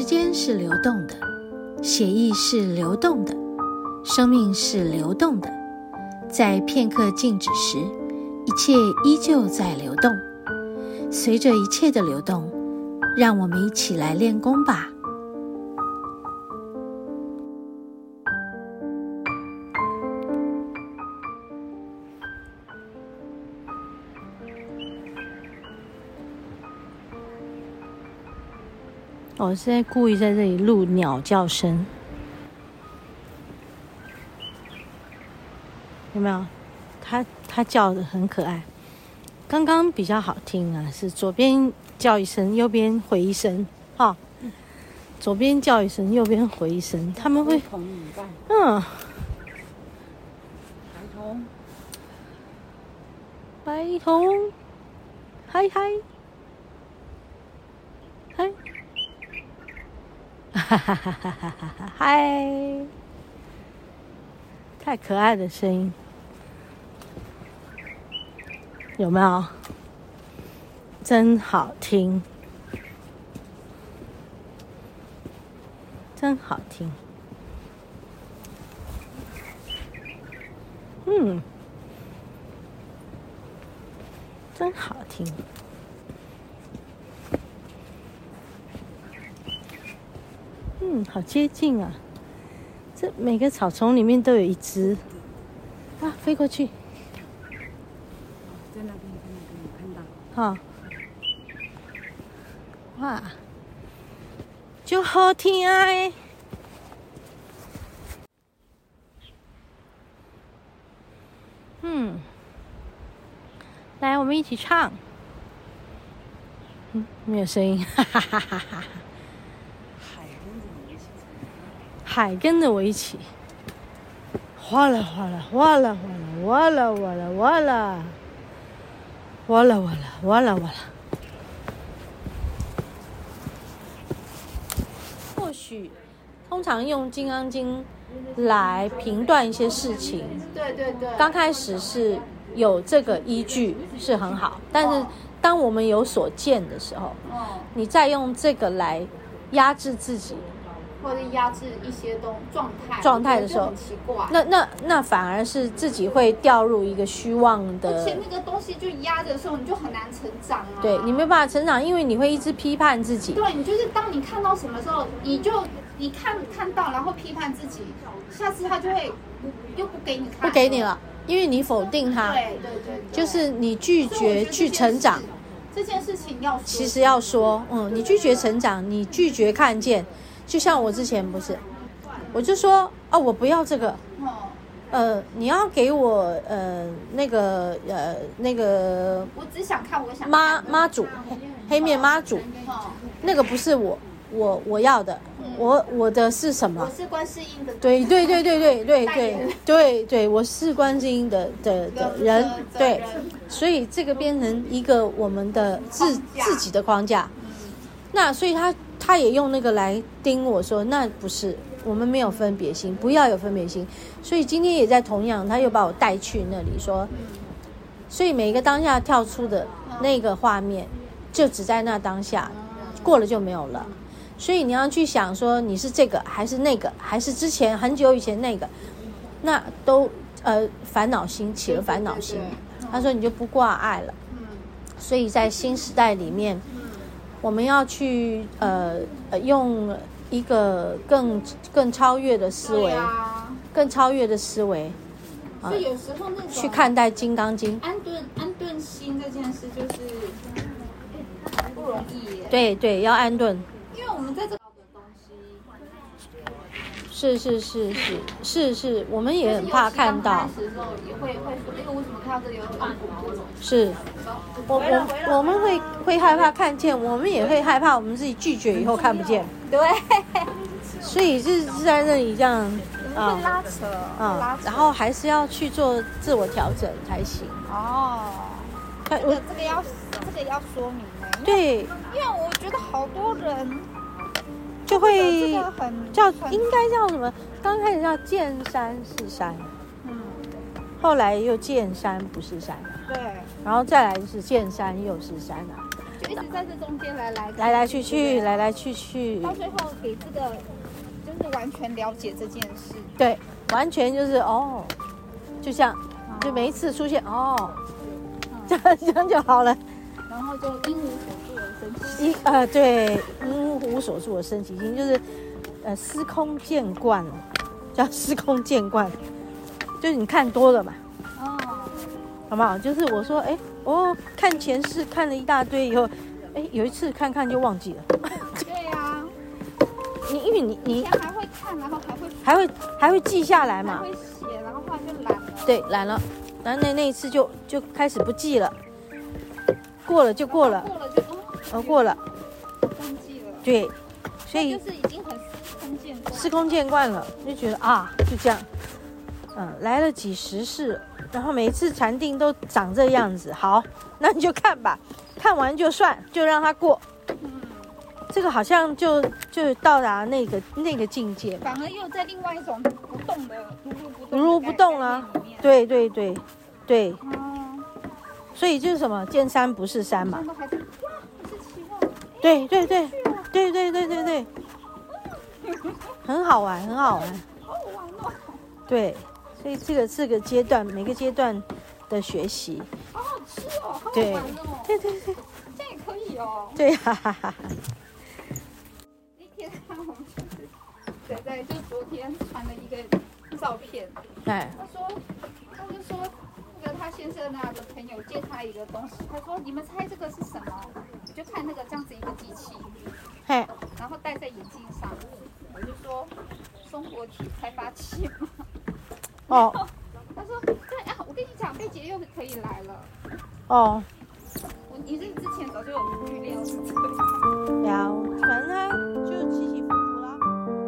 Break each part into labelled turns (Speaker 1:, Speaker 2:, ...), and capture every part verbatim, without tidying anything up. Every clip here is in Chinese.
Speaker 1: 间是流动的，血液是流动的，生命是流动的。在片刻静止时，一切依旧在流动。随着一切的流动，让我们一起来练功吧。我现在故意在这里录鸟叫声，有没有？它它叫得很可爱。刚刚比较好听啊，是左边叫一声，右边回一声，哈。左边叫一声，右边回一声，他们会，嗯，白童，白童，嗨嗨，嗨。哈哈哈哈哈哈！嗨，太可爱的声音，有没有？真好听，真好听。嗯，真好听。嗯，好接近啊！这每个草丛里面都有一只啊，飞过去。
Speaker 2: 在那边，在那边，我看到。
Speaker 1: 哈、哦，哇，就好听哎！嗯，来，我们一起唱。嗯，没有声音，哈哈哈哈哈。海跟着我一起，哗啦哗啦哗啦哗啦哗啦哗啦哗啦哗啦哗啦哗啦哗啦。或许通常用《金刚经》来评断一些事情，
Speaker 3: 对对对，
Speaker 1: 刚开始是有这个依据是很好，但是当我们有所见的时候，你再用这个来压制自己。
Speaker 3: 或者压制一些东状态
Speaker 1: 状态的时候，
Speaker 3: 很奇怪。
Speaker 1: 那那那反而是自己会掉入一个虚妄的，
Speaker 3: 而且那个东西就压着的时候，你就很难成长啊。
Speaker 1: 对，你没办法成长，因为你会一直批判自己。
Speaker 3: 对，你就是当你看到什么时候，你就你看看到，然后批判自己，下次他就会又不给你看，
Speaker 1: 不给你了，因为你否定他。
Speaker 3: 对对 对, 对，
Speaker 1: 就是你拒绝去成长。
Speaker 3: 这件事情要说，
Speaker 1: 其实要说，嗯，你拒绝成长，你拒绝看见。就像我之前不是，我就说哦，我不要这个，呃，你要给我呃那个呃那个，
Speaker 3: 我只想看，我想
Speaker 1: 妈妈祖黑面妈祖，那个不是我我我要的，我我的是什么？
Speaker 3: 我是观世音的，
Speaker 1: 对对对对对对对对对，我是观世音的的的人，对，所以这个变成一个我们的自自己的框架，那所以他。他也用那个来盯我说，那不是，我们没有分别心，不要有分别心。所以今天也在同样，他又把我带去那里说，所以每一个当下跳出的那个画面，就只在那当下，过了就没有了。所以你要去想说，你是这个还是那个，还是之前很久以前那个，那都呃烦恼心起了烦恼心。他说你就不挂碍了。所以在新时代里面。我们要去呃用一个更更超越的思维，啊、更超越的思维，
Speaker 3: 所以有时候那种
Speaker 1: 去看待《金刚经》，
Speaker 3: 安顿安顿心这件事就是不容易耶。
Speaker 1: 对对，要安顿，
Speaker 3: 因为我们在这个东西，
Speaker 1: 是是是是是是，我们也很怕看到。
Speaker 3: 开始的时候也会会说，哎，为什么看到这里有痛苦？
Speaker 1: 是。我我我们会会害怕看见，我们也会害怕我们自己拒绝以后看不见。
Speaker 3: 对，
Speaker 1: 所以是是在那里这样
Speaker 3: 啊，拉扯
Speaker 1: 啊，然后还是要去做自我调整才行。
Speaker 3: 哦，这个这个要这个要说明哎。
Speaker 1: 对，
Speaker 3: 因为我觉得好多人
Speaker 1: 就会叫
Speaker 3: 这个
Speaker 1: 应该叫什么？刚开始叫见山是山，
Speaker 3: 嗯，
Speaker 1: 后来又见山不是山。
Speaker 3: 对，
Speaker 1: 然后再来是见山又是山啊，
Speaker 3: 就一直在这中间来来
Speaker 1: 来来去去，来来去去，
Speaker 3: 到最后给这个就是完全了解这件事。
Speaker 1: 对，完全就是哦，就像就每一次出现哦，这样这样就好了。
Speaker 3: 然后就因无所住而生起。
Speaker 1: 一呃对，因无所住而生起心，就是呃司空见惯了，叫司空见惯，就是你看多了嘛。
Speaker 3: 哦。
Speaker 1: 好不好？就是我说，哎，哦，看前世看了一大堆以后，哎，有一次看看就忘记了。
Speaker 3: 对呀、啊。
Speaker 1: 你因为你你
Speaker 3: 以前还会看，然后还会
Speaker 1: 还会还会记下来嘛？
Speaker 3: 还会写，然后后来就懒了。
Speaker 1: 对，懒了，然后那那一次就就开始不记了，过了就过了，
Speaker 3: 过了就哦，
Speaker 1: 呃，过了，
Speaker 3: 忘记了。
Speaker 1: 对，所以
Speaker 3: 就是已经很司空见惯，
Speaker 1: 司空见惯了，就觉得啊，就这样，嗯，来了几十世。然后每一次禅定都长这样子，好，那你就看吧，看完就算，就让它过。
Speaker 3: 嗯，
Speaker 1: 这个好像就就到达那个那个境界，
Speaker 3: 反而又在另外一种不动的如如不动
Speaker 1: 如如不动了。对对对对，
Speaker 3: 哦，
Speaker 1: 所以就是什么，见山不是山嘛。
Speaker 3: 都还是哇，不是期望。
Speaker 1: 对对对对对对对对，很好玩，很好玩。
Speaker 3: 好好玩哦。
Speaker 1: 对。所以这个这个阶段，每个阶段的学习，
Speaker 3: 好好吃哦，好好
Speaker 1: 对
Speaker 3: 玩哦。
Speaker 1: 对对对，
Speaker 3: 这样也可以哦。
Speaker 1: 对哈哈哈。
Speaker 3: 那天我们就是仔仔就昨天传了一个照片，
Speaker 1: 哎，
Speaker 3: 他说，他就说那个他先生啊的朋友借他一个东西，他说你们猜这个是什么？我就看那个这样子一个机器，
Speaker 1: 嘿，
Speaker 3: 然后戴在眼镜上，我就说松果体开发器嘛。
Speaker 1: 哦，
Speaker 3: 他说对啊，我跟你讲，贝姐又可以来了。
Speaker 1: 哦，
Speaker 3: 我你这之前早就有预料是这个。
Speaker 1: 了，反正它就起起伏伏啦。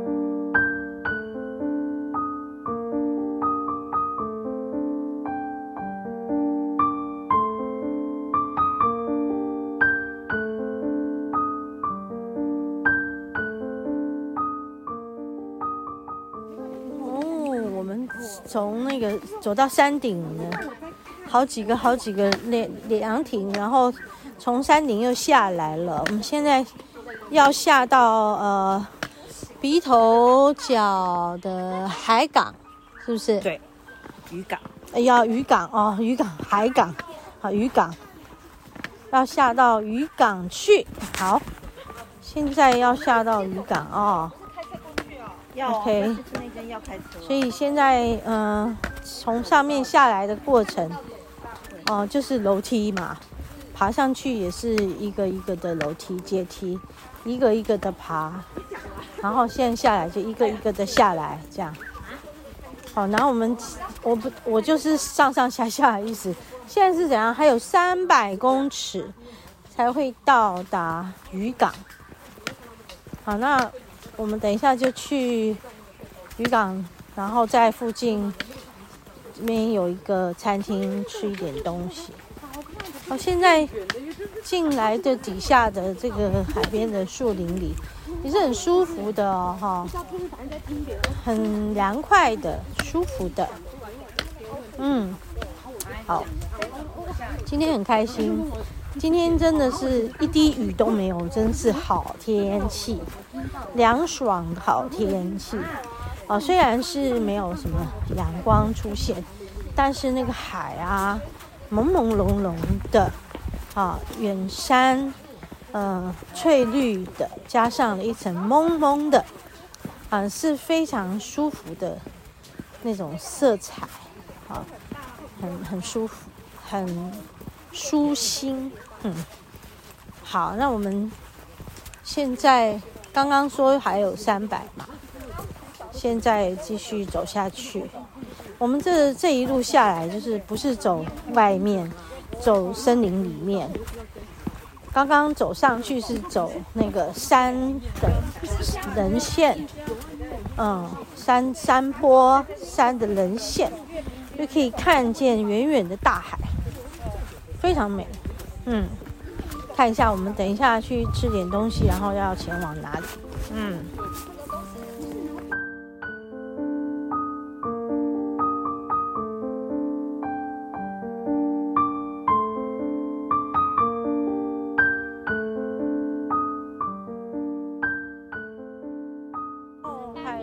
Speaker 1: 从那个走到山顶呢，好几个好几个凉凉亭，然后从山顶又下来了。我们现在要下到呃鼻头角的海港，是不是？
Speaker 2: 对，渔港。
Speaker 1: 哎呀，渔港哦，渔港海港，好渔港，要下到渔港去。好，现在要下到渔港哦。
Speaker 2: 要
Speaker 1: OK，
Speaker 2: 但是那间要开车，
Speaker 1: 所以现在嗯、呃，从上面下来的过程，哦、呃，就是楼梯嘛，爬上去也是一个一个的楼梯阶梯，一个一个的爬，然后现在下来就一个一个的下来，这样。好，然后我们我不我就是上上下下的意思。现在是怎样？还有三百公尺才会到达渔港。好，那。我们等一下就去渔港，然后在附近这边有一个餐厅吃一点东西。好，现在进来的底下的这个海边的树林里，也是很舒服的哦，哈，很凉快的，舒服的。嗯，好，今天很开心。今天真的是一滴雨都没有，真是好天气，凉爽的好天气。哦，虽然是没有什么阳光出现，但是那个海啊，朦朦胧胧的，啊，远山，呃，翠绿的，加上了一层蒙蒙的，啊，是非常舒服的那种色彩，啊，很很舒服，很舒心。嗯，好，那我们现在刚刚说还有三百嘛，现在继续走下去。我们这这一路下来，就是不是走外面，走森林里面。刚刚走上去是走那个山的人线，嗯，山山坡山的人线，就可以看见远远的大海，非常美。嗯，看一下，我们等一下去吃点东西，然后要前往哪里？嗯。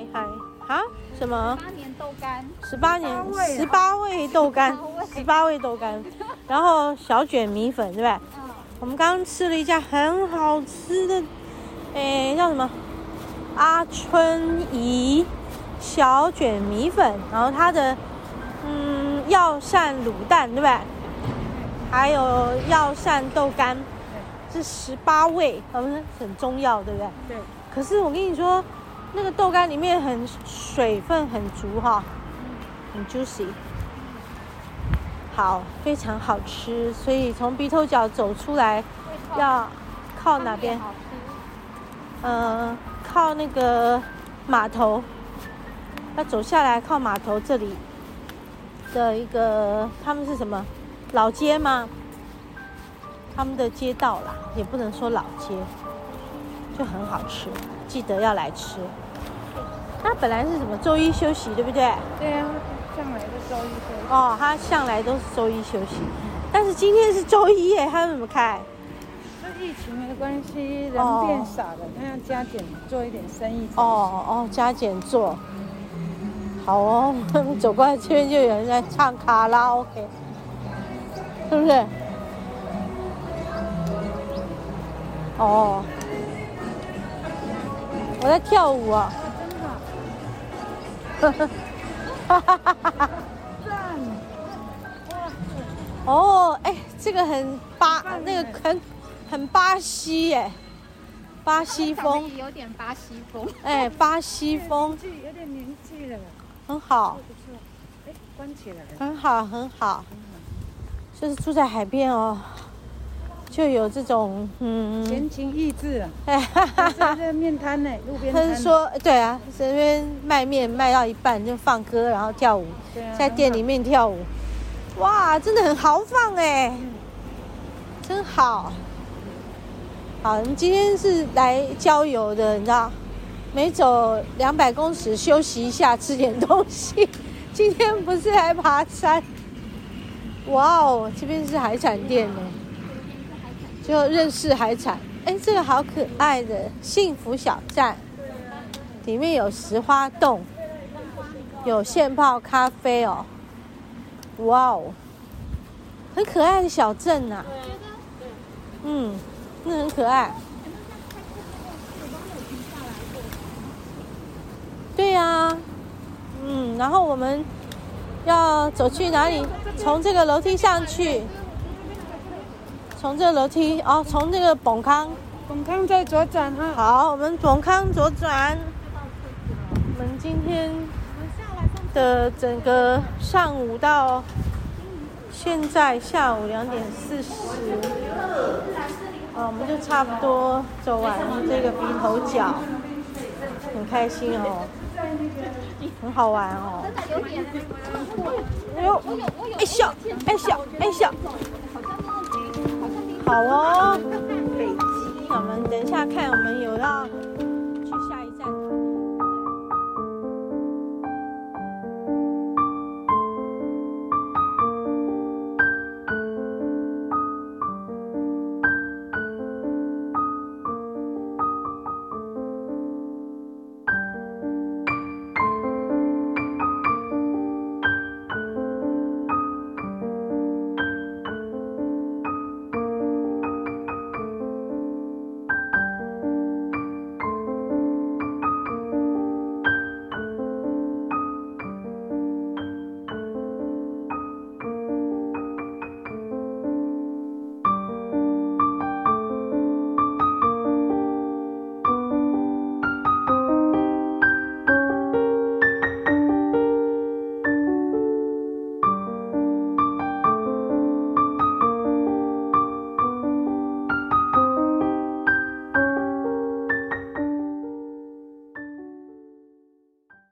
Speaker 1: 嗨啊？什么？
Speaker 3: 八年豆干，
Speaker 1: 十八年，十八味豆干，十八味豆干，然后小卷米粉，对不对？
Speaker 3: 嗯，
Speaker 1: 我们刚刚吃了一家很好吃的，诶，叫什么？阿春姨小卷米粉，然后它的嗯药膳卤蛋，对不对？还有药膳豆干，是十八味，我们很中药，对不对？
Speaker 2: 对。
Speaker 1: 可是我跟你说，那个豆干里面很水分很足哈，很 juicy， 好，非常好吃。所以从鼻头角走出来，要靠哪边？呃，靠那个码头，要走下来靠码头这里的一个，他们是什么老街吗？他们的街道啦，也不能说老街，就很好吃，记得要来吃。他本来是什么周一休息，对不对？
Speaker 2: 对啊，向来都周一休息。
Speaker 1: 哦，他向来都是周一休息，但是今天是周一耶，他怎么开？
Speaker 2: 这疫情的关系，人变少了，他要加减做一点生意。
Speaker 1: 哦哦，加减做。好哦，走过来这边就有人在唱卡拉 OK， 是不是？哦，我在跳舞啊！
Speaker 2: 真好。哈哈哈哈哈！赞！哇！
Speaker 1: 哦，哎，这个很巴，那个很很巴西耶，巴西风，
Speaker 3: 有点巴西风。
Speaker 1: 哎，巴西风，
Speaker 2: 有点年纪了，
Speaker 1: 很好。
Speaker 2: 不错。哎，关起来了。
Speaker 1: 很好，很好。就是住在海边哦。就有这种嗯
Speaker 2: 闲情逸致啊，
Speaker 1: 哎哈哈
Speaker 2: 哈，这面摊呢，路边摊。
Speaker 1: 他是说，对啊，这边卖面卖到一半就放歌，然后跳舞，
Speaker 2: 啊、
Speaker 1: 在店里面跳舞，哇，真的很豪放哎，嗯、真好。好，我们今天是来郊游的，你知道，每走两百公尺休息一下，吃点东西。今天不是来爬山，哇哦，这边是海产店呢。就认识海产，哎，这个好可爱的幸福小站，里面有石花洞，有现泡咖啡哦，哇哦，很可爱的小镇呐、啊，嗯，那很可爱。对呀、啊，嗯，然后我们要走去哪里？从这个楼梯上去。从这个楼梯哦，从这个崩康，
Speaker 2: 崩康再左转哈。
Speaker 1: 好，我们崩康左转。我们今天的整个上午到现在下午两点四十，哦，我们就差不多走完这个鼻头角，很开心哦，很好玩哦。哎呦，哎笑，哎笑，哎笑。好哦，北极，我们等一下看，我们有要